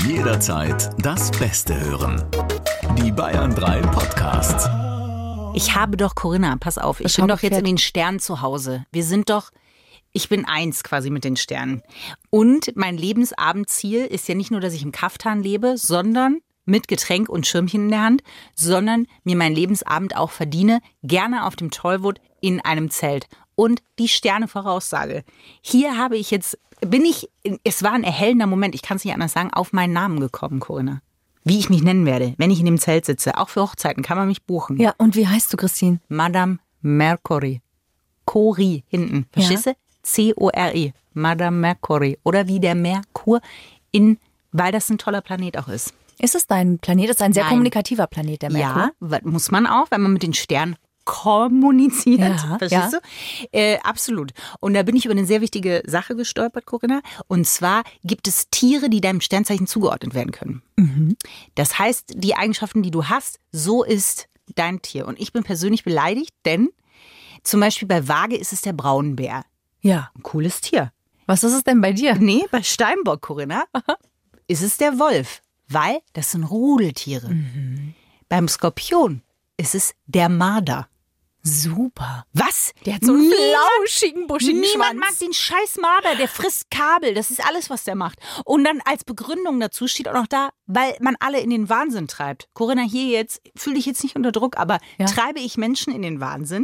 Jederzeit das Beste hören. Die Bayern 3 Podcasts. Ich habe doch, Corinna, pass auf, ich bin doch jetzt in den Sternen zu Hause. Ich bin eins quasi mit den Sternen. Und mein Lebensabendziel ist ja nicht nur, dass ich im Kaftan lebe, sondern mit Getränk und Schirmchen in der Hand, sondern mir meinen Lebensabend auch verdiene, gerne auf dem Tollwood in einem Zelt. Und die Sterne-Voraussage. Hier es war ein erhellender Moment, ich kann es nicht anders sagen, auf meinen Namen gekommen, Corinna. Wie ich mich nennen werde, wenn ich in dem Zelt sitze. Auch für Hochzeiten kann man mich buchen. Ja, und wie heißt du, Christine? Madame Mercury. Cori hinten. Verstehst du? C-O-R-I. Madame Mercury. Oder wie der Merkur, weil das ein toller Planet auch ist. Ist es dein Planet? Das ist ein sehr kommunikativer Planet, der Merkur. Ja, muss man auch, wenn man mit den Sternen kommuniziert. Ja, verstehst du? Absolut. Und da bin ich über eine sehr wichtige Sache gestolpert, Corinna. Und zwar gibt es Tiere, die deinem Sternzeichen zugeordnet werden können. Mhm. Das heißt, die Eigenschaften, die du hast, so ist dein Tier. Und ich bin persönlich beleidigt, denn zum Beispiel bei Waage ist es der Braunbär. Ja. Ein cooles Tier. Was ist es denn bei dir? Nee, bei Steinbock, Corinna, ist es der Wolf. Weil das sind Rudeltiere. Mhm. Beim Skorpion ist es der Marder. Super. Was? Der hat so einen flauschigen, buschigen Schwanz. Niemand mag den scheiß Marder, der frisst Kabel. Das ist alles, was der macht. Und dann als Begründung dazu steht auch noch da, weil man alle in den Wahnsinn treibt. Corinna, hier jetzt, fühle dich jetzt nicht unter Druck, aber treibe ich Menschen in den Wahnsinn?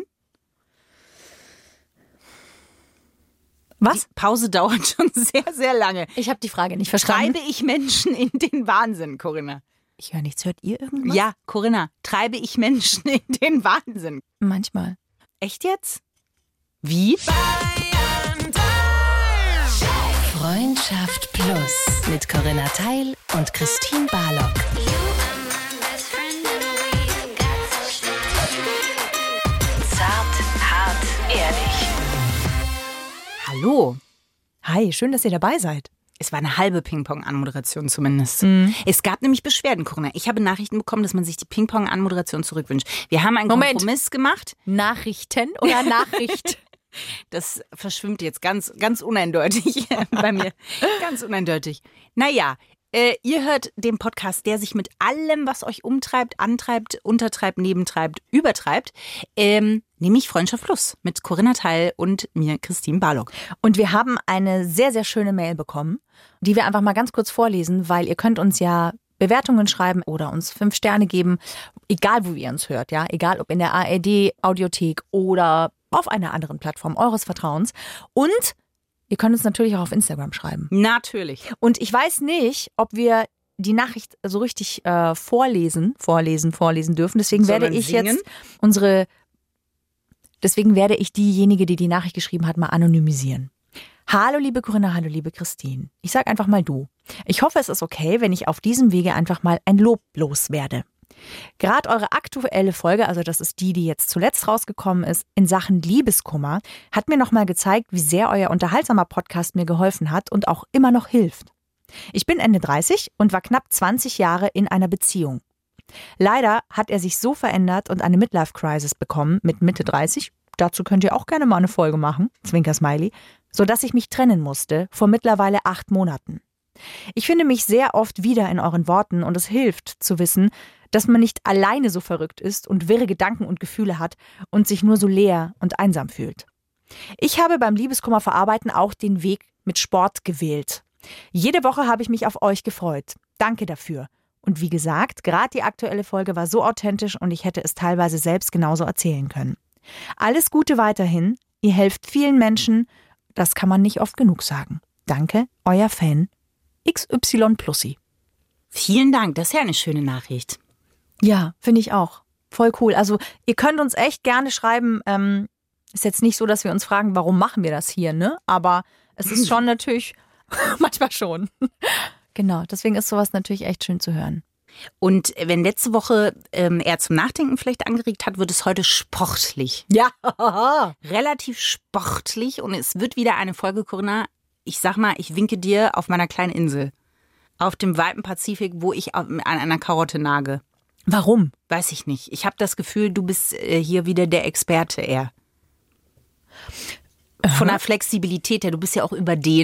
Was? Die Pause dauert schon sehr, sehr lange. Ich habe die Frage nicht verstanden. Treibe ich Menschen in den Wahnsinn, Corinna? Ich höre nichts. Hört ihr irgendwas? Ja, Corinna, treibe ich Menschen in den Wahnsinn? Manchmal. Echt jetzt? Wie? Freundschaft Plus mit Corinna Teil und Christine Barlock. Zart, hart, ehrlich. Hallo. Hi, schön, dass ihr dabei seid. Es war eine halbe Ping-Pong-Anmoderation zumindest. Mhm. Es gab nämlich Beschwerden, Corinna. Ich habe Nachrichten bekommen, dass man sich die Ping-Pong-Anmoderation zurückwünscht. Wir haben einen Kompromiss gemacht. Nachrichten oder Nachricht? Das verschwimmt jetzt ganz, ganz uneindeutig bei mir. Ganz uneindeutig. Naja, ihr hört den Podcast, der sich mit allem, was euch umtreibt, antreibt, untertreibt, nebentreibt, übertreibt, nämlich Freundschaft Plus mit Corinna Teil und mir, Christine Barlock. Und wir haben eine sehr, sehr schöne Mail bekommen, die wir einfach mal ganz kurz vorlesen, weil ihr könnt uns ja Bewertungen schreiben oder uns 5 Sterne geben, egal wo ihr uns hört, ja, egal ob in der ARD-Audiothek oder auf einer anderen Plattform eures Vertrauens. Und ihr könnt uns natürlich auch auf Instagram schreiben. Natürlich. Und ich weiß nicht, ob wir die Nachricht so richtig vorlesen dürfen. Deswegen werde ich diejenige, die die Nachricht geschrieben hat, mal anonymisieren. Hallo liebe Corinna, hallo liebe Christine. Ich sag einfach mal du. Ich hoffe, es ist okay, wenn ich auf diesem Wege einfach mal ein Lob loswerde. Gerade eure aktuelle Folge, also das ist die jetzt zuletzt rausgekommen ist, in Sachen Liebeskummer, hat mir nochmal gezeigt, wie sehr euer unterhaltsamer Podcast mir geholfen hat und auch immer noch hilft. Ich bin Ende 30 und war knapp 20 Jahre in einer Beziehung. Leider hat er sich so verändert und eine Midlife-Crisis bekommen mit Mitte 30, dazu könnt ihr auch gerne mal eine Folge machen, Zwinker-Smiley, sodass ich mich trennen musste vor mittlerweile 8 Monaten. Ich finde mich sehr oft wieder in euren Worten und es hilft zu wissen, dass man nicht alleine so verrückt ist und wirre Gedanken und Gefühle hat und sich nur so leer und einsam fühlt. Ich habe beim Liebeskummer verarbeiten auch den Weg mit Sport gewählt. Jede Woche habe ich mich auf euch gefreut. Danke dafür. Und wie gesagt, gerade die aktuelle Folge war so authentisch und ich hätte es teilweise selbst genauso erzählen können. Alles Gute weiterhin. Ihr helft vielen Menschen. Das kann man nicht oft genug sagen. Danke, euer Fan XY Plussi. Vielen Dank, das ist ja eine schöne Nachricht. Ja, finde ich auch. Voll cool. Also ihr könnt uns echt gerne schreiben. Ist jetzt nicht so, dass wir uns fragen, warum machen wir das hier, ne? Aber es ist schon natürlich, manchmal schon. Genau, deswegen ist sowas natürlich echt schön zu hören. Und wenn letzte Woche er zum Nachdenken vielleicht angeregt hat, wird es heute sportlich. Ja. Relativ sportlich und es wird wieder eine Folge, Corinna. Ich sag mal, ich winke dir auf meiner kleinen Insel. Auf dem weiten Pazifik, wo ich an einer Karotte nage. Warum? Weiß ich nicht. Ich habe das Gefühl, du bist hier wieder der Experte eher. Von der Flexibilität her. Du bist ja auch über den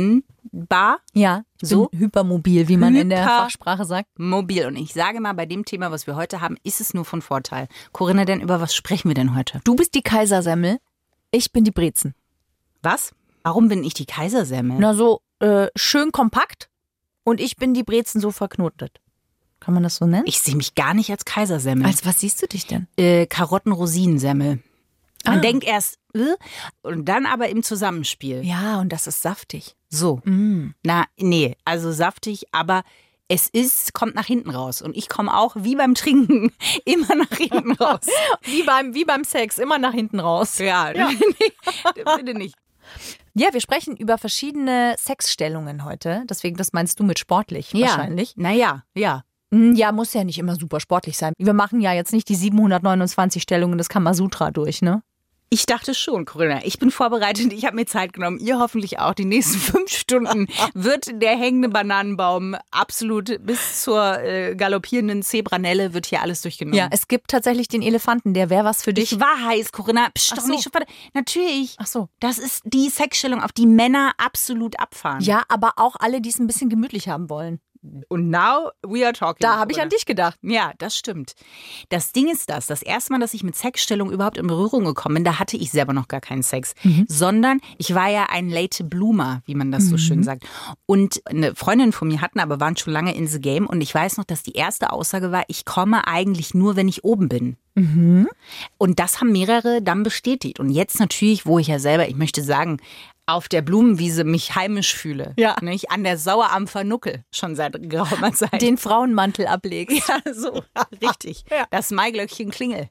bar. Ja, ich So? bin hypermobil, wie man in der Fachsprache sagt. Mobil. Und ich sage mal, bei dem Thema, was wir heute haben, ist es nur von Vorteil. Corinna, denn über was sprechen wir denn heute? Du bist die Kaisersemmel, ich bin die Brezen. Was? Warum bin ich die Kaisersemmel? Na so schön kompakt und ich bin die Brezen so verknotet. Kann man das so nennen? Ich sehe mich gar nicht als Kaisersemmel. Als was siehst du dich denn? Karotten-Rosinen-Semmel. Man denkt erst, und dann aber im Zusammenspiel. Ja, und das ist saftig. So. Na, nee, also saftig, aber kommt nach hinten raus. Und ich komme auch, wie beim Trinken, immer nach hinten raus. Wie beim Sex, immer nach hinten raus. Ja. Bitte nicht. Ja, wir sprechen über verschiedene Sexstellungen heute. Deswegen, das meinst du mit sportlich wahrscheinlich. Naja, ja. Ja, muss ja nicht immer super sportlich sein. Wir machen ja jetzt nicht die 729 Stellungen des Kamasutra durch, ne? Ich dachte schon, Corinna. Ich bin vorbereitet. Ich habe mir Zeit genommen. Ihr hoffentlich auch. Die nächsten 5 Stunden wird der hängende Bananenbaum absolut bis zur galoppierenden Zebranelle wird hier alles durchgenommen. Ja, es gibt tatsächlich den Elefanten. Der wäre was für dich. Ich war heiß, Corinna. Psst, doch so. nicht schon. Natürlich. Ach so. Das ist die Sexstellung, auf die Männer absolut abfahren. Ja, aber auch alle, die es ein bisschen gemütlich haben wollen. Und now we are talking. Da habe ich an dich gedacht. Ja, das stimmt. Das Ding ist das erste Mal, dass ich mit Sexstellung überhaupt in Berührung gekommen bin, da hatte ich selber noch gar keinen Sex. Sondern ich war ja ein Late Bloomer, wie man das so schön sagt. Und eine Freundin von mir waren schon lange in the game. Und ich weiß noch, dass die erste Aussage war, ich komme eigentlich nur, wenn ich oben bin. Und das haben mehrere dann bestätigt. Und jetzt natürlich, wo ich ja selber, ich möchte sagen, auf der Blumenwiese mich heimisch fühle. Ja. Nicht? An der Sauerampfer Nuckel schon seit geraumer Zeit. Den Frauenmantel ablegst. Ja, so, richtig. Ja. Das Maiglöckchen klingel.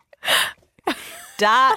Da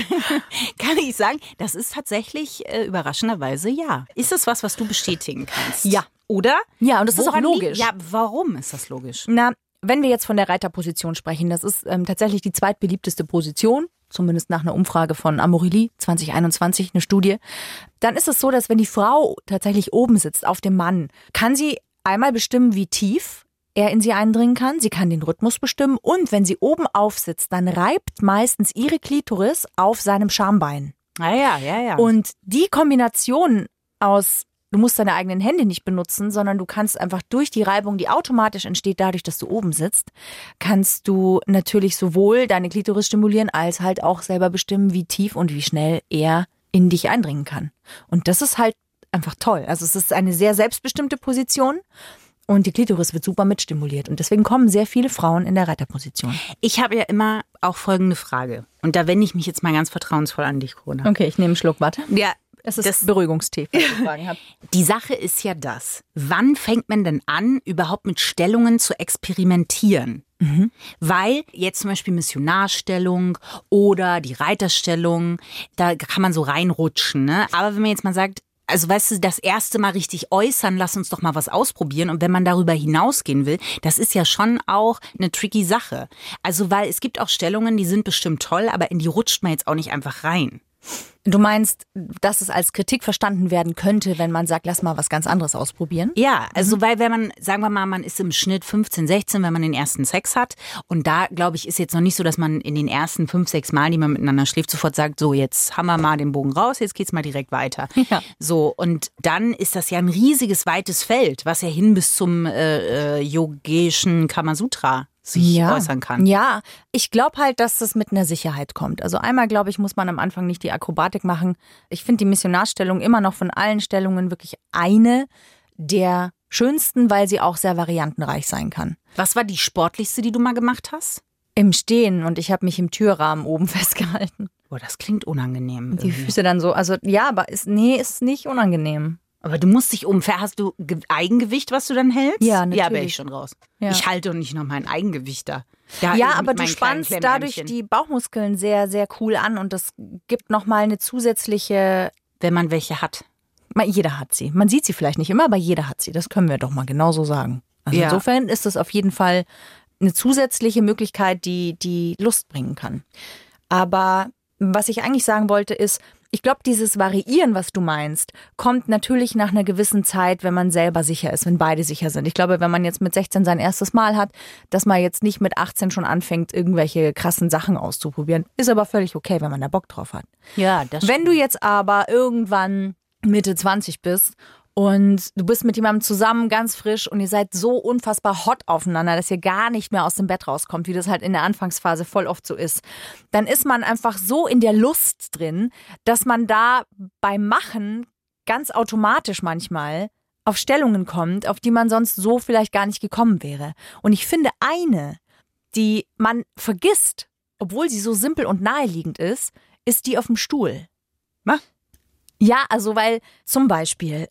kann ich sagen, das ist tatsächlich überraschenderweise ja. Ist es was du bestätigen kannst? Ja. Oder? Ja, und das ist auch Woran logisch. Ja, warum ist das logisch? Na, wenn wir jetzt von der Reiterposition sprechen, das ist tatsächlich die zweitbeliebteste Position, zumindest nach einer Umfrage von Amorelie 2021, eine Studie, dann ist es so, dass wenn die Frau tatsächlich oben sitzt auf dem Mann, kann sie einmal bestimmen, wie tief er in sie eindringen kann. Sie kann den Rhythmus bestimmen und wenn sie oben aufsitzt, dann reibt meistens ihre Klitoris auf seinem Schambein. Ja. Und die Kombination aus du musst deine eigenen Hände nicht benutzen, sondern du kannst einfach durch die Reibung, die automatisch entsteht dadurch, dass du oben sitzt, kannst du natürlich sowohl deine Klitoris stimulieren, als halt auch selber bestimmen, wie tief und wie schnell er in dich eindringen kann. Und das ist halt einfach toll. Also es ist eine sehr selbstbestimmte Position und die Klitoris wird super mitstimuliert. Und deswegen kommen sehr viele Frauen in der Reiterposition. Ich habe ja immer auch folgende Frage. Und da wende ich mich jetzt mal ganz vertrauensvoll an dich, Corinna. Okay, ich nehme einen Schluck Watte. Ja. Es ist Beruhigungstee, falls ich Fragen habe. Die Sache ist ja wann fängt man denn an, überhaupt mit Stellungen zu experimentieren? Weil jetzt zum Beispiel Missionarstellung oder die Reiterstellung, da kann man so reinrutschen, ne? Aber wenn man jetzt mal sagt, also weißt du, das erste Mal richtig äußern, lass uns doch mal was ausprobieren. Und wenn man darüber hinausgehen will, das ist ja schon auch eine tricky Sache. Also weil es gibt auch Stellungen, die sind bestimmt toll, aber in die rutscht man jetzt auch nicht einfach rein. Du meinst, dass es als Kritik verstanden werden könnte, wenn man sagt, lass mal was ganz anderes ausprobieren? Ja, also weil wenn man, sagen wir mal, man ist im Schnitt 15, 16, wenn man den ersten Sex hat. Und da, glaube ich, ist jetzt noch nicht so, dass man in den ersten 5, 6 Mal, die man miteinander schläft, sofort sagt, so jetzt haben wir mal den Bogen raus, jetzt geht's mal direkt weiter. Ja. So, und dann ist das ja ein riesiges, weites Feld, was ja hin bis zum yogischen Kamasutra sich äußern kann. Ja, ich glaube halt, dass das mit einer Sicherheit kommt. Also einmal, glaube ich, muss man am Anfang nicht die Akrobatik machen. Ich finde die Missionarstellung immer noch von allen Stellungen wirklich eine der schönsten, weil sie auch sehr variantenreich sein kann. Was war die sportlichste, die du mal gemacht hast? Im Stehen und ich habe mich im Türrahmen oben festgehalten. Boah, das klingt unangenehm. Die Füße dann so, also ja, aber ist nicht unangenehm. Aber du musst dich hast du Eigengewicht, was du dann hältst? Ja, natürlich. Ja, wäre ich schon raus. Ja. Ich halte doch nicht noch mein Eigengewicht da. Ja, aber du spannst dadurch die Bauchmuskeln sehr, sehr cool an und das gibt nochmal eine zusätzliche... Wenn man welche hat. Jeder hat sie. Man sieht sie vielleicht nicht immer, aber jeder hat sie. Das können wir doch mal genauso sagen. Also insofern ist das auf jeden Fall eine zusätzliche Möglichkeit, die Lust bringen kann. Aber was ich eigentlich sagen wollte ist, ich glaube, dieses Variieren, was du meinst, kommt natürlich nach einer gewissen Zeit, wenn man selber sicher ist, wenn beide sicher sind. Ich glaube, wenn man jetzt mit 16 sein erstes Mal hat, dass man jetzt nicht mit 18 schon anfängt, irgendwelche krassen Sachen auszuprobieren. Ist aber völlig okay, wenn man da Bock drauf hat. Ja, das Wenn du jetzt aber irgendwann Mitte 20 bist Und du bist mit jemandem zusammen, ganz frisch und ihr seid so unfassbar hot aufeinander, dass ihr gar nicht mehr aus dem Bett rauskommt, wie das halt in der Anfangsphase voll oft so ist. Dann ist man einfach so in der Lust drin, dass man da beim Machen ganz automatisch manchmal auf Stellungen kommt, auf die man sonst so vielleicht gar nicht gekommen wäre. Und ich finde eine, die man vergisst, obwohl sie so simpel und naheliegend ist die auf dem Stuhl. Was? Ja, also weil zum Beispiel,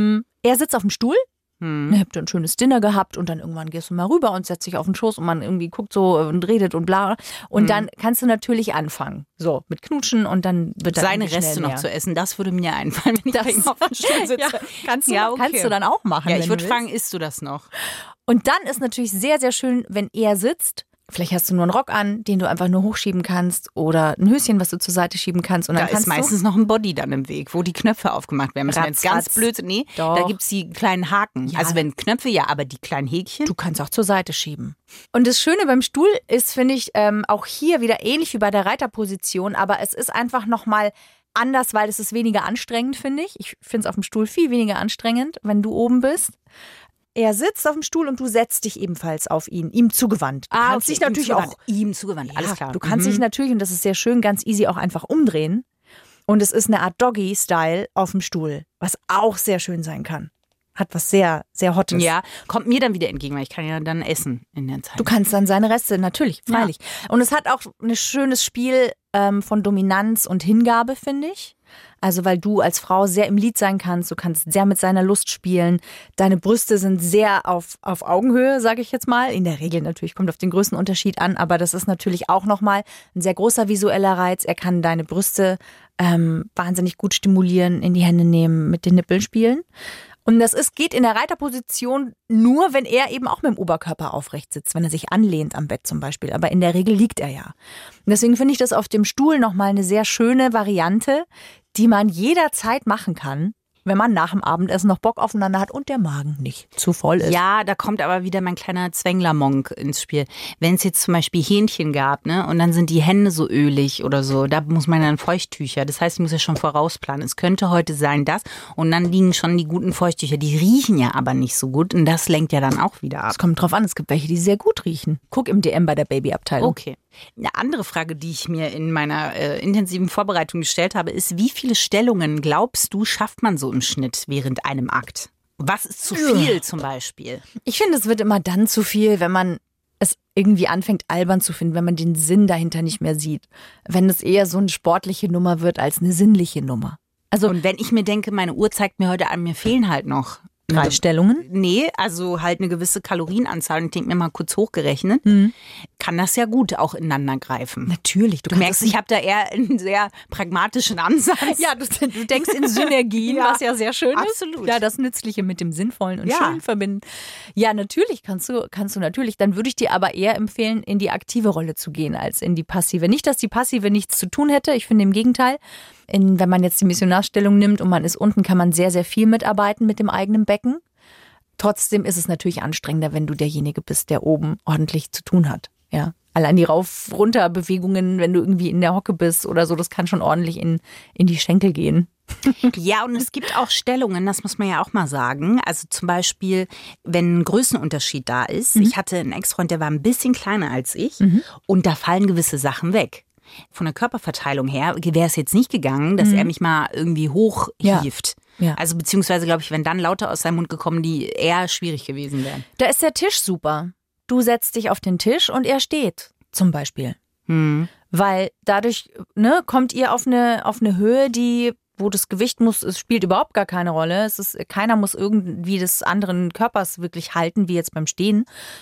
er sitzt auf dem Stuhl, ihr habt ein schönes Dinner gehabt und dann irgendwann gehst du mal rüber und setzt dich auf den Schoß und man irgendwie guckt so und redet und bla. Und dann kannst du natürlich anfangen, so mit Knutschen und dann wird dann seine Reste noch zu essen, das würde mir einfallen, wenn ich bei ihm auf dem Stuhl sitze. Ja, kannst du dann auch machen. Ja, ich würde fragen, isst du das noch? Und dann ist natürlich sehr, sehr schön, wenn er sitzt. Vielleicht hast du nur einen Rock an, den du einfach nur hochschieben kannst oder ein Höschen, was du zur Seite schieben kannst. Und dann ist meistens noch ein Body dann im Weg, wo die Knöpfe aufgemacht werden müssen. Wenn es ganz blöd sind, nee, doch. Da gibt es die kleinen Haken. Ja. Also wenn Knöpfe, ja, aber die kleinen Häkchen. Du kannst auch zur Seite schieben. Und das Schöne beim Stuhl ist, finde ich, auch hier wieder ähnlich wie bei der Reiterposition, aber es ist einfach nochmal anders, weil es ist weniger anstrengend, finde ich. Ich finde es auf dem Stuhl viel weniger anstrengend, wenn du oben bist. Er sitzt auf dem Stuhl und du setzt dich ebenfalls auf ihn, ihm zugewandt. Du kannst dich natürlich ihm zugewandt, alles klar. Du kannst dich natürlich, und das ist sehr schön, ganz easy auch einfach umdrehen. Und es ist eine Art Doggy-Style auf dem Stuhl, was auch sehr schön sein kann. Hat was sehr, sehr Hottes. Ja, kommt mir dann wieder entgegen, weil ich kann ja dann essen in der Zeit. Du kannst dann seine Reste, natürlich, freilich. Ja. Und es hat auch ein schönes Spiel von Dominanz und Hingabe, finde ich. Also weil du als Frau sehr im Lied sein kannst, du kannst sehr mit seiner Lust spielen. Deine Brüste sind sehr auf Augenhöhe, sage ich jetzt mal. In der Regel natürlich, kommt auf den Größenunterschied an, aber das ist natürlich auch nochmal ein sehr großer visueller Reiz. Er kann deine Brüste wahnsinnig gut stimulieren, in die Hände nehmen, mit den Nippeln spielen. Und das geht in der Reiterposition nur, wenn er eben auch mit dem Oberkörper aufrecht sitzt, wenn er sich anlehnt am Bett zum Beispiel. Aber in der Regel liegt er ja. Und deswegen finde ich das auf dem Stuhl nochmal eine sehr schöne Variante, die man jederzeit machen kann, wenn man nach dem Abendessen noch Bock aufeinander hat und der Magen nicht zu voll ist. Ja, da kommt aber wieder mein kleiner Zwänglermonk ins Spiel. Wenn es jetzt zum Beispiel Hähnchen gab, ne, und dann sind die Hände so ölig oder so, da muss man dann Feuchttücher. Das heißt, ich muss ja schon vorausplanen. Es könnte heute sein, das. Und dann liegen schon die guten Feuchttücher. Die riechen ja aber nicht so gut und das lenkt ja dann auch wieder ab. Es kommt drauf an, es gibt welche, die sehr gut riechen. Guck im DM bei der Babyabteilung. Okay. Eine andere Frage, die ich mir in meiner intensiven Vorbereitung gestellt habe, ist, wie viele Stellungen, glaubst du, schafft man so im Schnitt während einem Akt? Was ist zu viel zum Beispiel? Ich finde, es wird immer dann zu viel, wenn man es irgendwie anfängt albern zu finden, wenn man den Sinn dahinter nicht mehr sieht. Wenn es eher so eine sportliche Nummer wird als eine sinnliche Nummer. Also, und wenn ich mir denke, meine Uhr zeigt mir heute an, mir fehlen halt noch 3 Stellungen? Nee, also halt eine gewisse Kalorienanzahl. Und ich denke mir mal kurz hochgerechnet, kann das ja gut auch ineinander greifen. Natürlich. Du merkst, ich habe da eher einen sehr pragmatischen Ansatz. Ja, du denkst in Synergien, was ja sehr schön ist. Absolut. Ja, das Nützliche mit dem Sinnvollen und Schönen verbinden. Ja, natürlich kannst du natürlich. Dann würde ich dir aber eher empfehlen, in die aktive Rolle zu gehen, als in die passive. Nicht, dass die passive nichts zu tun hätte. Ich finde im Gegenteil. Wenn man jetzt die Missionarstellung nimmt und man ist unten, kann man sehr, sehr viel mitarbeiten mit dem eigenen Becken. Trotzdem ist es natürlich anstrengender, wenn du derjenige bist, der oben ordentlich zu tun hat. Ja. Allein die Rauf-Runter-Bewegungen, wenn du irgendwie in der Hocke bist oder so, das kann schon ordentlich in die Schenkel gehen. Ja, und es gibt auch Stellungen, das muss man ja auch mal sagen. Also zum Beispiel, wenn ein Größenunterschied da ist. Ich hatte einen Ex-Freund, der war ein bisschen kleiner als ich und da fallen gewisse Sachen weg. Von der Körperverteilung her wäre es jetzt nicht gegangen, dass er mich mal irgendwie hochhieft. Ja. Also beziehungsweise, glaube ich, wenn dann Lauter aus seinem Mund gekommen, die eher schwierig gewesen wären. Da ist der Tisch super. Du setzt dich auf den Tisch und er steht, zum Beispiel. Weil dadurch kommt ihr auf eine Höhe, wo das Gewicht es spielt überhaupt gar keine Rolle. Keiner muss irgendwie des anderen Körpers wirklich halten, wie jetzt beim Stehen.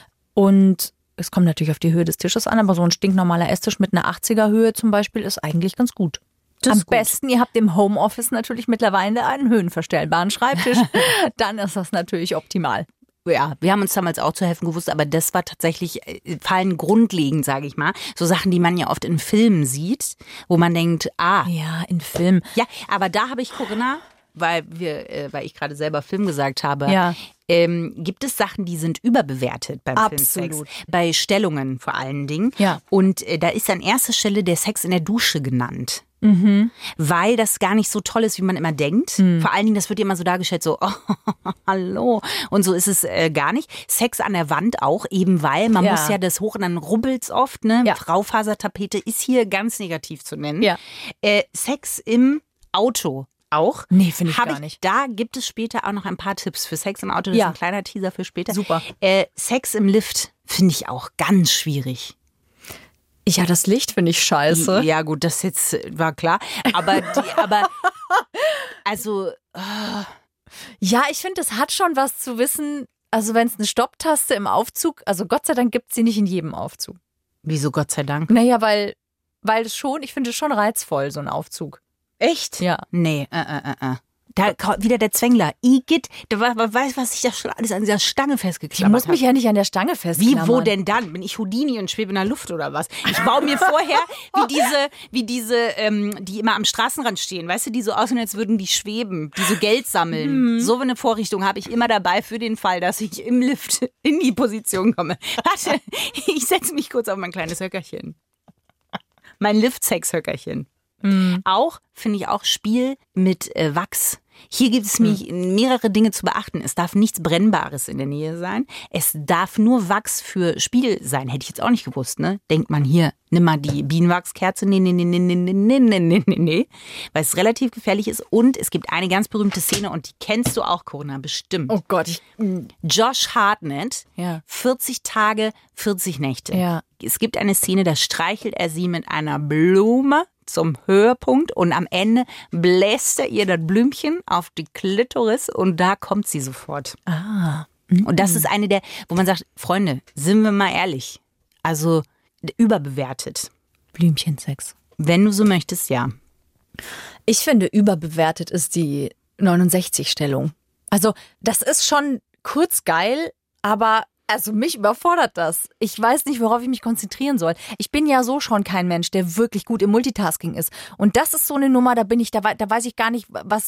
Und es kommt natürlich auf die Höhe des Tisches an, aber so ein stinknormaler Esstisch mit einer 80er Höhe zum Beispiel ist eigentlich ganz gut. Am besten, ihr habt im Homeoffice natürlich mittlerweile einen höhenverstellbaren Schreibtisch. Dann ist das natürlich optimal. Ja, wir haben uns damals auch zu helfen gewusst, aber das war tatsächlich, fallen grundlegend, sage ich mal. So Sachen, die man ja oft in Filmen sieht, wo man denkt, ja, in Filmen. Ja, aber da habe ich, Corinna, weil ich gerade selber Film gesagt habe, gibt es Sachen, die sind überbewertet beim Filmsex. Bei Stellungen vor allen Dingen. Ja. Und da ist an erster Stelle der Sex in der Dusche genannt. weil das gar nicht so toll ist, wie man immer denkt. Vor allen Dingen, das wird ja immer so dargestellt, so, oh, hallo. Und so ist es gar nicht. Sex an der Wand auch, eben weil man muss ja das hoch und dann rubbelt's oft. Ne? Ja. Raufasertapete ist hier ganz negativ zu nennen. Ja. Sex im Auto. Auch. Nee, finde ich gar nicht. Da gibt es später auch noch ein paar Tipps für Sex im Auto. Das ist ein kleiner Teaser für später. Super. Sex im Lift finde ich auch ganz schwierig. Ja, das Licht finde ich scheiße. Ja gut, das jetzt war klar. Aber also... Ja, ich finde, es hat schon was zu wissen, also wenn es eine Stopptaste im Aufzug, also Gott sei Dank gibt es sie nicht in jedem Aufzug. Wieso Gott sei Dank? Naja, weil es schon, ich finde es schon reizvoll, so ein Aufzug. Echt? Ja. Nee, Da wieder der Zwängler. Igitt, der weiß, was ich da schon alles an dieser Stange festgeklammert habe. Ich muss mich ja nicht an der Stange festklammern. Wie, wo denn dann? Bin ich Houdini und schwebe in der Luft oder was? Ich baue mir vorher wie diese, die immer am Straßenrand stehen, weißt du, die so aussehen, als würden die schweben, die so Geld sammeln. So eine Vorrichtung habe ich immer dabei für den Fall, dass ich im Lift in die Position komme. Warte, ich setze mich kurz auf mein kleines Höckerchen. Mein Lift-Sex-Höckerchen. Auch, finde ich auch, Spiel mit Wachs. Hier gibt es mehrere Dinge zu beachten. Es darf nichts Brennbares in der Nähe sein. Es darf nur Wachs für Spiel sein. Hätte ich jetzt auch nicht gewusst, ne? Denkt man hier, nimm mal die Bienenwachskerze. Nee. Weil es relativ gefährlich ist. Und es gibt eine ganz berühmte Szene und die kennst du auch, Corinna, bestimmt. Oh Gott. Josh Hartnett, 40 Tage, 40 Nächte. Ja. Es gibt eine Szene, da streichelt er sie mit einer Blume zum Höhepunkt und am Ende bläst er ihr das Blümchen auf die Klitoris und da kommt sie sofort. Und das ist eine der, wo man sagt, Freunde, sind wir mal ehrlich, also überbewertet. Blümchensex. Wenn du so möchtest, ja. Ich finde, überbewertet ist die 69-Stellung. Also das ist schon kurz geil, aber also mich überfordert das. Ich weiß nicht, worauf ich mich konzentrieren soll. Ich bin ja so schon kein Mensch, der wirklich gut im Multitasking ist. Und das ist so eine Nummer, da weiß ich gar nicht,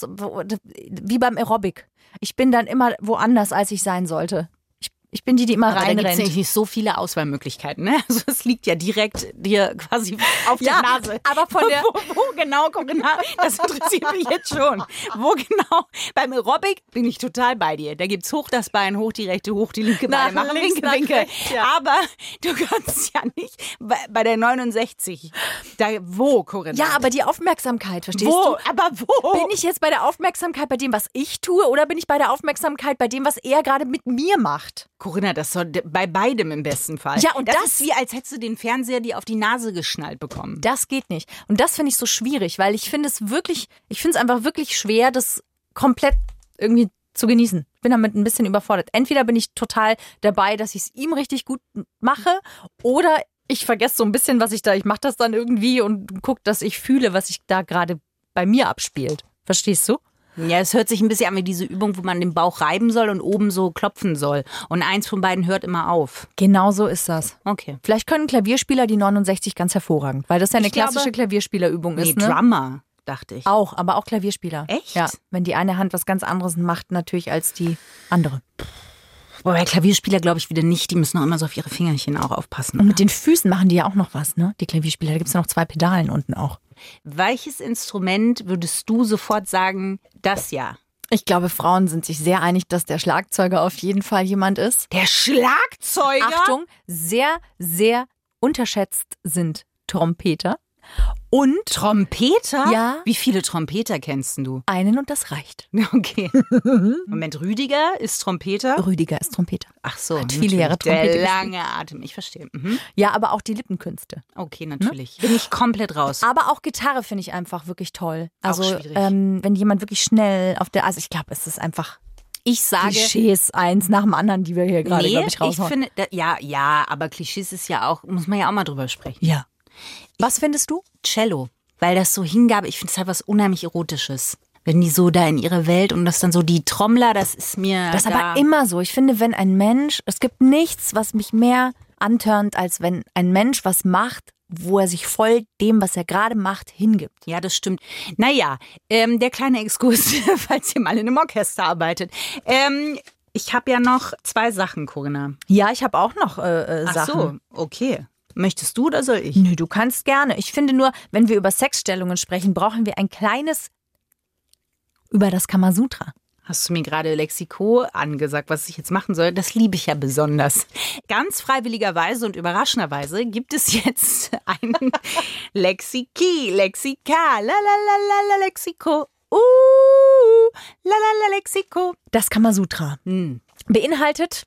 wie beim Aerobic. Ich bin dann immer woanders, als ich sein sollte. Ich bin die immer reinrennt. Da gibt es nicht so viele Auswahlmöglichkeiten, ne? Also es liegt ja direkt dir quasi auf der Nase. Aber von der... Wo genau, Corinna, das interessiert mich jetzt schon. Wo genau? Beim Aerobic bin ich total bei dir. Da gibt's hoch das Bein, hoch die rechte, hoch die linke Beine. Machen Winke. Rechts, ja. Aber du kannst ja nicht bei der 69. Wo, Corinna? Ja, aber die Aufmerksamkeit, verstehst du? Aber wo? Bin ich jetzt bei der Aufmerksamkeit bei dem, was ich tue, oder bin ich bei der Aufmerksamkeit bei dem, was er gerade mit mir macht? Corinna, das soll bei beidem im besten Fall. Ja, und das ist wie, als hättest du den Fernseher dir auf die Nase geschnallt bekommen. Das geht nicht. Und das finde ich so schwierig, weil ich finde es einfach wirklich schwer, das komplett irgendwie zu genießen. Bin damit ein bisschen überfordert. Entweder bin ich total dabei, dass ich es ihm richtig gut mache, oder ich vergesse so ein bisschen, ich mache das dann irgendwie und gucke, dass ich fühle, was sich da gerade bei mir abspielt. Verstehst du? Ja, es hört sich ein bisschen an wie diese Übung, wo man den Bauch reiben soll und oben so klopfen soll. Und eins von beiden hört immer auf. Genau so ist das. Okay. Vielleicht können Klavierspieler die 69 ganz hervorragend, weil das ja eine klassische Klavierspielerübung ist. Ne? Drummer, dachte ich. Auch, aber auch Klavierspieler. Echt? Ja, wenn die eine Hand was ganz anderes macht natürlich als die andere. Wobei Klavierspieler glaube ich wieder nicht, die müssen auch immer so auf ihre Fingerchen auch aufpassen. Und mit den Füßen machen die ja auch noch was, ne? Die Klavierspieler, da gibt es ja noch 2 Pedalen unten auch. Welches Instrument würdest du sofort sagen, das ja? Ich glaube, Frauen sind sich sehr einig, dass der Schlagzeuger auf jeden Fall jemand ist. Der Schlagzeuger? Achtung, sehr, sehr unterschätzt sind Trompeter. Und Trompeter? Ja. Wie viele Trompeter kennst du? Einen und das reicht. Okay. Moment, Rüdiger ist Trompeter? Rüdiger ist Trompeter. Ach so. Hat viele Jahre Trompete Der lange Atem, ich verstehe. Mhm. Ja, aber auch die Lippenkünste. Okay, natürlich. Bin ich komplett raus. Aber auch Gitarre finde ich einfach wirklich toll. Also, auch schwierig. wenn jemand wirklich schnell also ich glaube, es ist einfach Ich sage Klischees eins nach dem anderen, die wir hier gerade, glaube ich, raushauen. Ich finde, ja, aber Klischees ist ja auch, muss man ja auch mal drüber sprechen. Ja. Was findest du? Cello, weil das so Hingabe, ich finde es halt was unheimlich Erotisches. Wenn die so da in ihre Welt und das dann so die Trommler, das ist mir Das ist aber immer so. Ich finde, wenn ein Mensch, es gibt nichts, was mich mehr antörnt, als wenn ein Mensch was macht, wo er sich voll dem, was er gerade macht, hingibt. Ja, das stimmt. Naja, der kleine Exkurs, falls ihr mal in einem Orchester arbeitet. Ich habe ja noch 2 Sachen, Corinna. Ja, ich habe auch noch Sachen. Ach so, okay. Möchtest du oder soll ich? Nö, du kannst gerne. Ich finde nur, wenn wir über Sexstellungen sprechen, brauchen wir ein kleines über das Kamasutra. Hast du mir gerade Lexiko angesagt, was ich jetzt machen soll? Das liebe ich ja besonders. Ganz freiwilligerweise und überraschenderweise gibt es jetzt einen Lexika, la Lexiko. La Lexiko. Das Kamasutra beinhaltet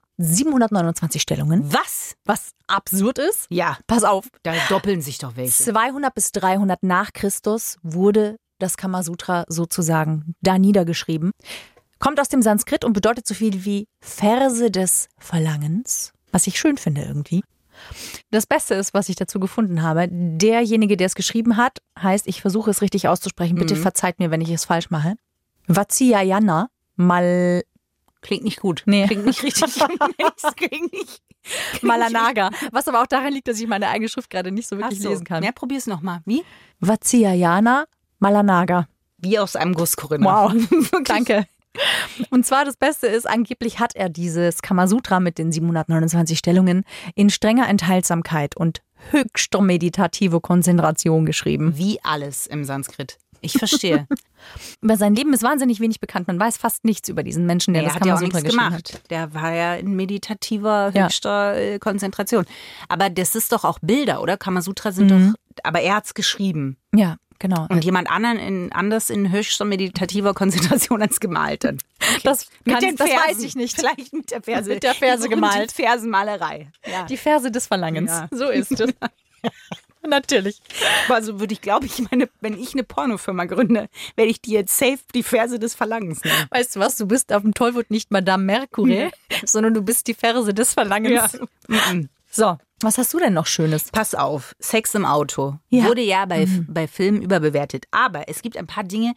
729 Stellungen. Was? Was absurd ist. Ja. Pass auf. Da doppeln sich doch welche. 200 bis 300 nach Christus wurde das Kamasutra sozusagen da niedergeschrieben. Kommt aus dem Sanskrit und bedeutet so viel wie Verse des Verlangens, was ich schön finde irgendwie. Das Beste ist, was ich dazu gefunden habe, derjenige, der es geschrieben hat, heißt, ich versuche es richtig auszusprechen, bitte verzeiht mir, wenn ich es falsch mache. Vatsyayana mal... Klingt nicht gut. Nee. Klingt nicht richtig. Klingt nicht. Malanaga. Was aber auch daran liegt, dass ich meine eigene Schrift gerade nicht so wirklich lesen kann. Ja, probier's nochmal. Wie? Vatsyayana Malanaga. Wie aus einem Guss, Corinna. Wow, danke. Und zwar das Beste ist, angeblich hat er dieses Kamasutra mit den 729 Stellungen in strenger Enthaltsamkeit und höchster meditative Konzentration geschrieben. Wie alles im Sanskrit. Ich verstehe. Über sein Leben ist wahnsinnig wenig bekannt. Man weiß fast nichts über diesen Menschen, der das Kamasutra geschrieben hat. Der war ja in meditativer, höchster Konzentration. Aber das ist doch auch Bilder, oder? Kamasutra sind doch, aber er hat's geschrieben. Ja, genau. Und jemand anders in höchster meditativer Konzentration als gemalt dann. Okay. Das Versen, weiß ich nicht. Vielleicht mit der Ferse. Mit der Ferse gemalt. Fersenmalerei. Ja. Die Verse des Verlangens. Ja. So ist es. Natürlich. Also würde ich, glaube ich, wenn ich eine Pornofirma gründe, werde ich die jetzt safe die Verse des Verlangens nehmen. Weißt du was, du bist auf dem Tollwut nicht Madame Mercury, sondern du bist die Verse des Verlangens. Ja. So, was hast du denn noch Schönes? Pass auf, Sex im Auto wurde ja bei Filmen überbewertet. Aber es gibt ein paar Dinge,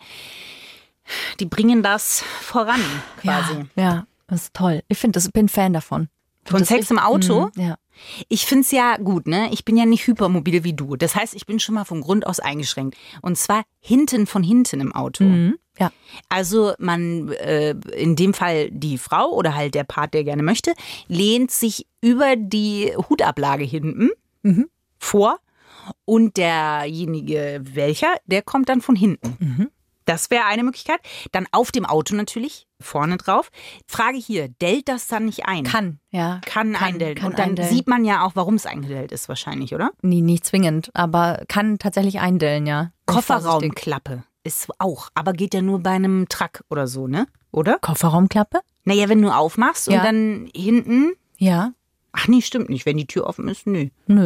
die bringen das voran quasi. Ja, das ist toll. Ich bin Fan davon. Von Sex im Auto? Ja. Ich finde es ja gut, ne? Ich bin ja nicht hypermobil wie du. Das heißt, ich bin schon mal von Grund aus eingeschränkt. Und zwar von hinten im Auto. Ja. Also man, in dem Fall die Frau oder halt der Part, der gerne möchte, lehnt sich über die Hutablage hinten vor und derjenige der kommt dann von hinten. Das wäre eine Möglichkeit. Dann auf dem Auto natürlich, vorne drauf. Frage hier, dellt das dann nicht ein? Kann eindellen. Kann und dann eindellen. sieht man ja auch, warum es eingedellt ist wahrscheinlich, oder? Nee, nicht zwingend, aber kann tatsächlich eindellen, ja. Kofferraumklappe ist auch, aber geht ja nur bei einem Truck oder so, ne? Oder? Kofferraumklappe? Naja, wenn du aufmachst und dann hinten... Ja. Ach nee, stimmt nicht. Wenn die Tür offen ist, nö.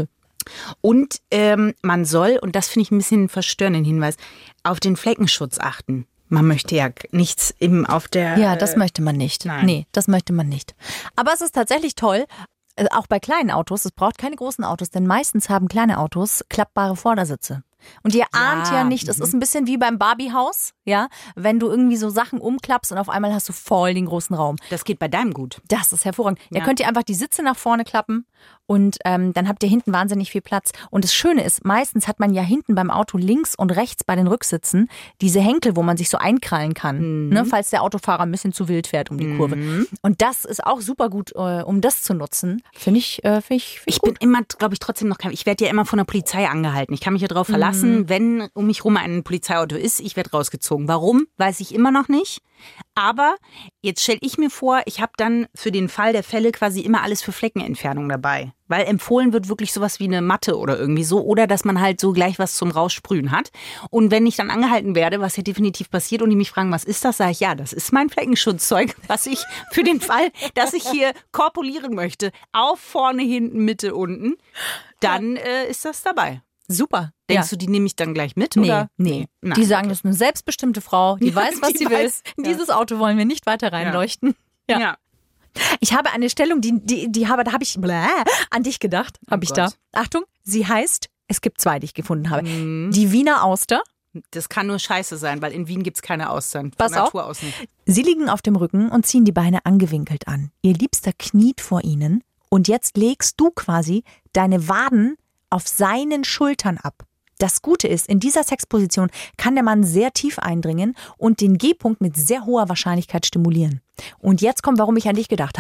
Und man soll, und das finde ich ein bisschen verstörenden Hinweis, auf den Fleckenschutz achten. Man möchte ja nichts auf der... Ja, das möchte man nicht. Nein. Nee, das möchte man nicht. Aber es ist tatsächlich toll, auch bei kleinen Autos, es braucht keine großen Autos, denn meistens haben kleine Autos klappbare Vordersitze. Und ihr ahnt ja nicht, es ist ein bisschen wie beim Barbiehaus, ja, wenn du irgendwie so Sachen umklappst und auf einmal hast du voll den großen Raum. Das geht bei deinem gut. Das ist hervorragend. Ja. Da könnt ihr einfach die Sitze nach vorne klappen und dann habt ihr hinten wahnsinnig viel Platz. Und das Schöne ist, meistens hat man ja hinten beim Auto links und rechts bei den Rücksitzen diese Henkel, wo man sich so einkrallen kann, ne, falls der Autofahrer ein bisschen zu wild fährt um die Kurve. Und das ist auch super gut, um das zu nutzen. Finde ich Ich bin immer, glaube ich, trotzdem noch ich werde ja immer von der Polizei angehalten. Ich kann mich ja darauf verlassen, wenn um mich rum ein Polizeiauto ist, ich werde rausgezogen. Warum? Weiß ich immer noch nicht. Aber jetzt stelle ich mir vor, ich habe dann für den Fall der Fälle quasi immer alles für Fleckenentfernung dabei. Weil empfohlen wird wirklich sowas wie eine Matte oder irgendwie so. Oder dass man halt so gleich was zum Raussprühen hat. Und wenn ich dann angehalten werde, was ja definitiv passiert und die mich fragen, was ist das, sage ich, ja, das ist mein Fleckenschutzzeug, was ich für den Fall, dass ich hier korpulieren möchte, auf, vorne, hinten, Mitte, unten, dann ist das dabei. Super. Denkst du, die nehme ich dann gleich mit? Nee, oder? Nee. Nein. Die sagen, das ist eine selbstbestimmte Frau, die weiß, was sie will. In Ja. dieses Auto wollen wir nicht weiter reinleuchten. Ja. Ich habe eine Stellung, da habe ich an dich gedacht, habe ich da. Gott. Achtung, sie heißt, es gibt zwei, die ich gefunden habe. Die Wiener Auster. Das kann nur scheiße sein, weil in Wien gibt es keine Austern. Pass auf. Natur aus nicht. Sie liegen auf dem Rücken und ziehen die Beine angewinkelt an. Ihr Liebster kniet vor ihnen und jetzt legst du quasi deine Waden auf seinen Schultern ab. Das Gute ist, in dieser Sexposition kann der Mann sehr tief eindringen und den G-Punkt mit sehr hoher Wahrscheinlichkeit stimulieren. Und jetzt kommt, warum ich an dich gedacht habe.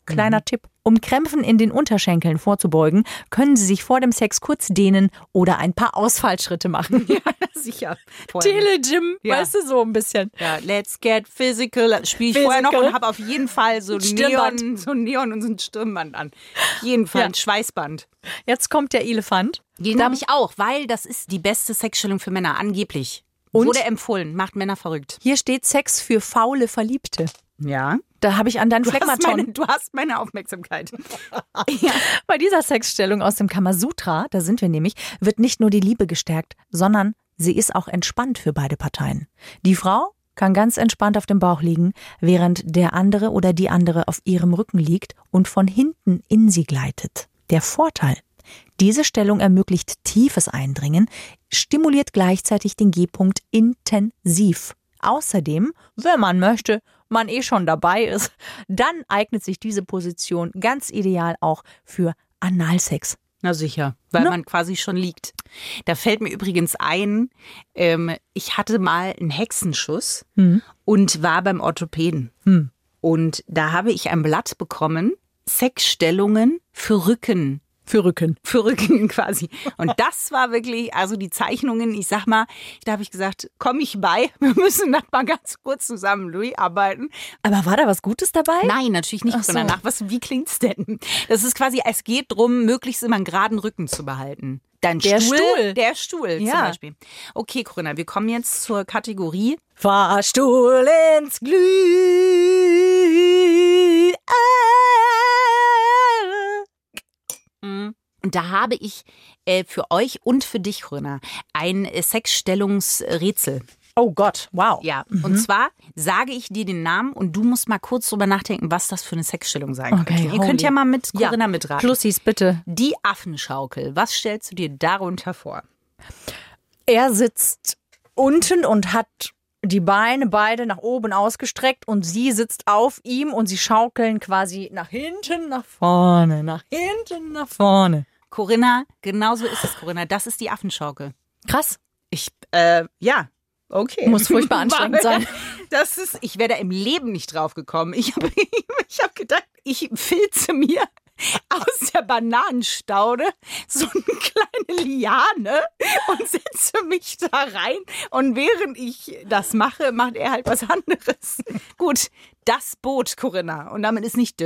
Kleiner Tipp. Um Krämpfen in den Unterschenkeln vorzubeugen, können Sie sich vor dem Sex kurz dehnen oder ein paar Ausfallschritte machen. Ja, sicher. Telegym, Ja. weißt du, so ein bisschen. Ja, let's get physical. Spiele ich vorher noch und habe auf jeden Fall so Neon und so ein Stirnband an. Auf jeden Fall ein Schweißband. Jetzt kommt der Elefant. Den habe ich auch, weil das ist die beste Sexstellung für Männer, angeblich. Und? Wurde empfohlen, macht Männer verrückt. Hier steht Sex für faule Verliebte. Ja. Da habe ich an deinen Phlegmaton. Du hast meine Aufmerksamkeit. Bei dieser Sexstellung aus dem Kamasutra, da sind wir nämlich, wird nicht nur die Liebe gestärkt, sondern sie ist auch entspannt für beide Parteien. Die Frau kann ganz entspannt auf dem Bauch liegen, während der andere oder die andere auf ihrem Rücken liegt und von hinten in sie gleitet. Der Vorteil: Diese Stellung ermöglicht tiefes Eindringen, stimuliert gleichzeitig den G-Punkt intensiv. Außerdem, wenn man möchte, man schon dabei ist, dann eignet sich diese Position ganz ideal auch für Analsex. Na sicher, weil man quasi schon liegt. Da fällt mir übrigens ein, ich hatte mal einen Hexenschuss und war beim Orthopäden. Und da habe ich ein Blatt bekommen, Sexstellungen für Rücken. Für Rücken quasi. Und das war wirklich, also die Zeichnungen, ich sag mal, da habe ich gesagt, komm ich bei, wir müssen das mal ganz kurz zusammen durcharbeiten. Aber war da was Gutes dabei? Nein, natürlich nicht. Ach so. Danach, wie klingt's denn? Das ist quasi, es geht darum, möglichst immer einen geraden Rücken zu behalten. Der Stuhl zum Beispiel. Okay, Corinna, wir kommen jetzt zur Kategorie Fahrstuhl ins Glüh. Und da habe ich für euch und für dich, Corinna, ein Sexstellungsrätsel. Oh Gott, wow. Ja, und zwar sage ich dir den Namen und du musst mal kurz drüber nachdenken, was das für eine Sexstellung sein könnte. Okay, Ihr könnt ja mal mit Corinna mitraten. Plussis, bitte. Die Affenschaukel. Was stellst du dir darunter vor? Er sitzt unten und hat die Beine beide nach oben ausgestreckt und sie sitzt auf ihm und sie schaukeln quasi nach hinten, nach vorne, nach hinten, nach vorne. Corinna, genau so ist es, Corinna. Das ist die Affenschaukel. Krass. Ja. Okay. Muss furchtbar anstrengend sein. Ich wäre da im Leben nicht drauf gekommen. Ich habe gedacht, ich filze mir aus der Bananenstaude so eine kleine Liane und setze mich da rein. Und während ich das mache, macht er halt was anderes. Gut, das Boot, Corinna. Und damit ist nicht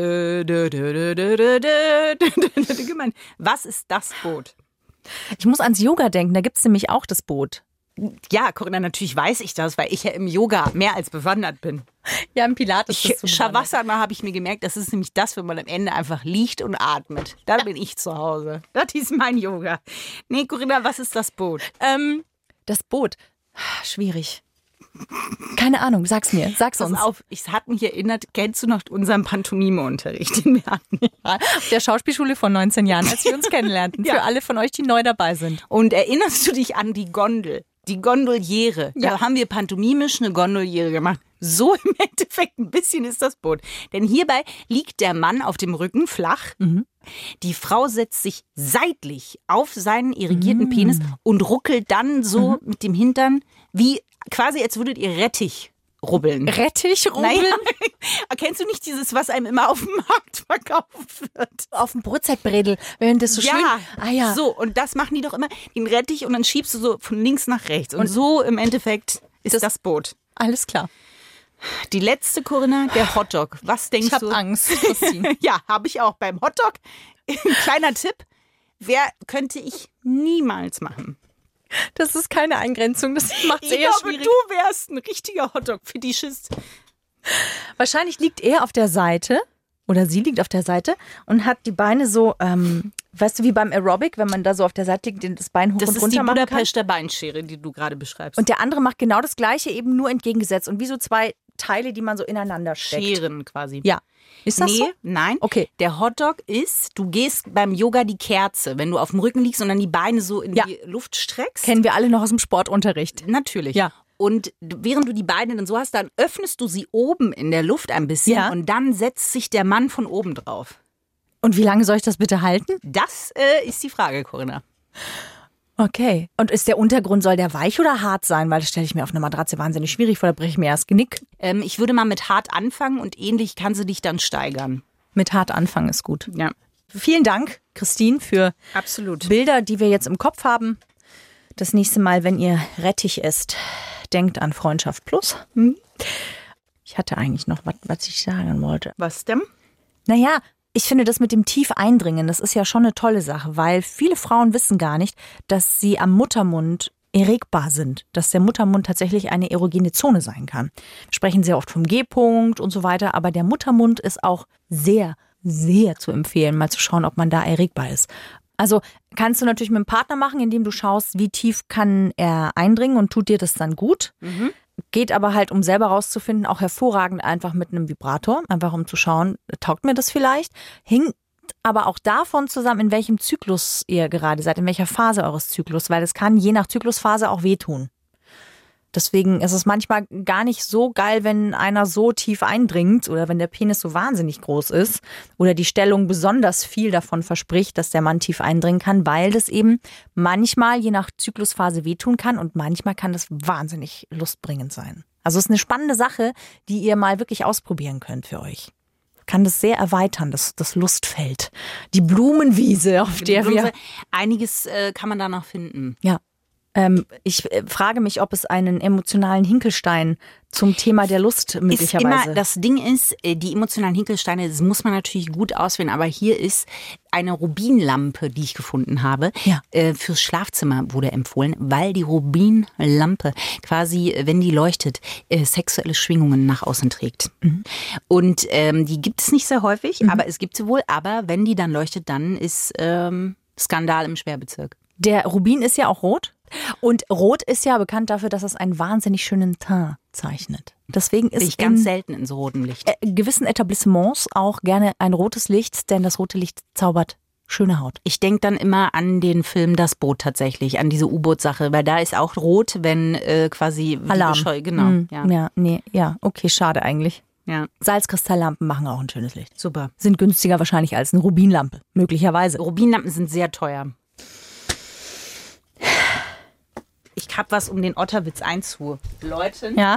gemeint. Was ist das Boot? Ich muss ans Yoga denken, da gibt es nämlich auch das Boot. Ja, Corinna, natürlich weiß ich das, weil ich ja im Yoga mehr als bewandert bin. Ja, im Pilates. Shavasana habe ich mir gemerkt, das ist nämlich das, wenn man am Ende einfach liegt und atmet. Da bin ich zu Hause. Das ist mein Yoga. Nee, Corinna, was ist das Boot? Das Boot. Schwierig. Keine Ahnung, sag's mir. Sag's uns. Pass auf, es hat mich erinnert, kennst du noch unseren Pantomime-Unterricht, den wir hatten? Auf der Schauspielschule von 19 Jahren, als wir uns kennenlernten. Ja. Für alle von euch, die neu dabei sind. Und erinnerst du dich an die Gondel? Die Gondoliere. Da haben wir pantomimisch eine Gondoliere gemacht. So im Endeffekt ein bisschen ist das Boot. Denn hierbei liegt der Mann auf dem Rücken flach. Die Frau setzt sich seitlich auf seinen irrigierten Penis und ruckelt dann so mit dem Hintern, wie quasi als würdet ihr Rettich rubbeln. Rettich rubbeln? Naja, kennst du nicht dieses, was einem immer auf dem Markt verkauft wird? Auf dem Brotzeitbredel, während das so schön... Ah ja. So, und das machen die doch immer, den Rettich, und dann schiebst du so von links nach rechts. Und so im Endeffekt ist das Boot. Alles klar. Die letzte, Corinna, der Hotdog. Was denkst du? Ich habe Angst, Christine. Ja, habe ich auch beim Hotdog. Kleiner Tipp, könnte ich niemals machen. Das ist keine Eingrenzung, das macht es eher schwierig. Du wärst ein richtiger Hotdog-Fetischist. Wahrscheinlich liegt er auf der Seite oder sie liegt auf der Seite und hat die Beine so, weißt du, wie beim Aerobic, wenn man da so auf der Seite liegt, das Bein hoch und runter machen kann. Das ist die Budapester Beinschere, die du gerade beschreibst. Und der andere macht genau das Gleiche, eben nur entgegengesetzt und wie so zwei Teile, die man so ineinander steckt. Scheren quasi. Ja. Ist das so? Nein. Okay. Der Hotdog ist, du gehst beim Yoga die Kerze, wenn du auf dem Rücken liegst und dann die Beine so in die Luft streckst. Kennen wir alle noch aus dem Sportunterricht. Natürlich. Ja. Und während du die Beine dann so hast, dann öffnest du sie oben in der Luft ein bisschen und dann setzt sich der Mann von oben drauf. Und wie lange soll ich das bitte halten? Das ist die Frage, Corinna. Okay. Und ist der Untergrund, soll der weich oder hart sein? Weil das stelle ich mir auf einer Matratze wahnsinnig schwierig vor, da breche ich mir erst Genick. Ich würde mal mit hart anfangen und ähnlich kann sie dich dann steigern. Mit hart anfangen ist gut. Ja. Vielen Dank, Christine, für Absolut. Bilder, die wir jetzt im Kopf haben. Das nächste Mal, wenn ihr Rettich esst, denkt an Freundschaft Plus. Ich hatte eigentlich noch was ich sagen wollte. Was denn? Naja, ich finde das mit dem Tiefeindringen, das ist ja schon eine tolle Sache, weil viele Frauen wissen gar nicht, dass sie am Muttermund erregbar sind, dass der Muttermund tatsächlich eine erogene Zone sein kann. Wir sprechen sehr oft vom G-Punkt und so weiter, aber der Muttermund ist auch sehr, sehr zu empfehlen, mal zu schauen, ob man da erregbar ist. Also kannst du natürlich mit dem Partner machen, indem du schaust, wie tief kann er eindringen und tut dir das dann gut. Geht aber halt, um selber rauszufinden, auch hervorragend einfach mit einem Vibrator, einfach um zu schauen, taugt mir das vielleicht. Hinkt aber auch davon zusammen, in welchem Zyklus ihr gerade seid, in welcher Phase eures Zyklus, weil das kann je nach Zyklusphase auch wehtun. Deswegen ist es manchmal gar nicht so geil, wenn einer so tief eindringt oder wenn der Penis so wahnsinnig groß ist oder die Stellung besonders viel davon verspricht, dass der Mann tief eindringen kann, weil das eben manchmal je nach Zyklusphase wehtun kann und manchmal kann das wahnsinnig lustbringend sein. Also es ist eine spannende Sache, die ihr mal wirklich ausprobieren könnt für euch. Kann das sehr erweitern, das Lustfeld. Die Blumenwiese, auf der wir... Einiges kann man da noch finden. Ja. Ich frage mich, ob es einen emotionalen Hinkelstein zum Thema der Lust möglicherweise... Das Ding ist, die emotionalen Hinkelsteine, das muss man natürlich gut auswählen, aber hier ist eine Rubinlampe, die ich gefunden habe, fürs Schlafzimmer wurde empfohlen, weil die Rubinlampe quasi, wenn die leuchtet, sexuelle Schwingungen nach außen trägt. Und die gibt es nicht sehr häufig, aber es gibt sie wohl, aber wenn die dann leuchtet, dann ist Skandal im Sperrbezirk. Der Rubin ist ja auch rot. Und Rot ist ja bekannt dafür, dass es einen wahnsinnig schönen Teint zeichnet. Deswegen ist ich ganz selten in so rotem Licht. Gewissen Etablissements auch gerne ein rotes Licht, denn das rote Licht zaubert schöne Haut. Ich denke dann immer an den Film Das Boot tatsächlich, an diese U-Boot-Sache, weil da ist auch rot, wenn quasi Alarm. Genau. Okay, schade eigentlich. Ja. Salzkristalllampen machen auch ein schönes Licht. Super. Sind günstiger wahrscheinlich als eine Rubinlampe, möglicherweise. Rubinlampen sind sehr teuer. Ich habe was, um den Otterwitz einzuläuten. Ja.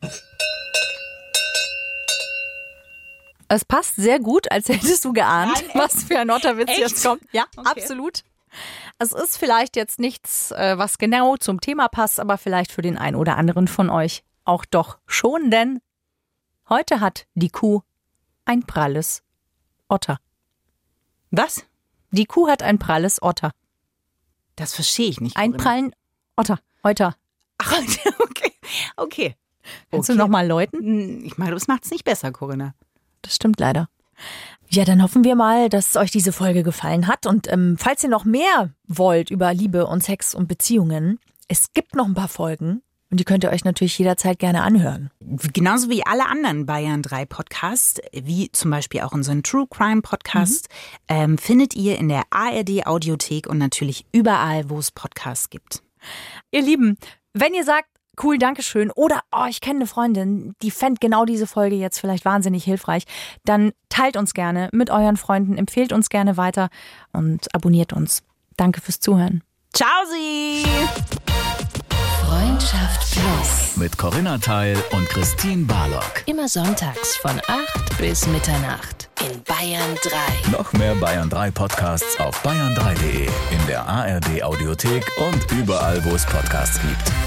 Es passt sehr gut, als hättest du geahnt, was für ein Otterwitz jetzt kommt. Ja, okay. Absolut. Es ist vielleicht jetzt nichts, was genau zum Thema passt, aber vielleicht für den einen oder anderen von euch auch doch schon, denn heute hat die Kuh ein pralles Otter. Was? Die Kuh hat ein pralles Otter. Das verstehe ich nicht. Ein prallen Otter. Euter. Ach, okay. Kannst du nochmal läuten? Ich meine, das macht es nicht besser, Corinna. Das stimmt leider. Ja, dann hoffen wir mal, dass euch diese Folge gefallen hat. Und falls ihr noch mehr wollt über Liebe und Sex und Beziehungen, es gibt noch ein paar Folgen. Und die könnt ihr euch natürlich jederzeit gerne anhören. Genauso wie alle anderen Bayern 3 Podcasts, wie zum Beispiel auch unseren True Crime Podcast, findet ihr in der ARD Audiothek und natürlich überall, wo es Podcasts gibt. Ihr Lieben, wenn ihr sagt, cool, Dankeschön, oder ich kenne eine Freundin, die fände genau diese Folge jetzt vielleicht wahnsinnig hilfreich, dann teilt uns gerne mit euren Freunden, empfehlt uns gerne weiter und abonniert uns. Danke fürs Zuhören. Ciao Sie! Freundschaft Plus. Mit Corinna Teil und Christine Barlock. Immer sonntags von 8 bis Mitternacht in Bayern 3. Noch mehr Bayern 3 Podcasts auf bayern3.de, in der ARD Audiothek und überall, wo es Podcasts gibt.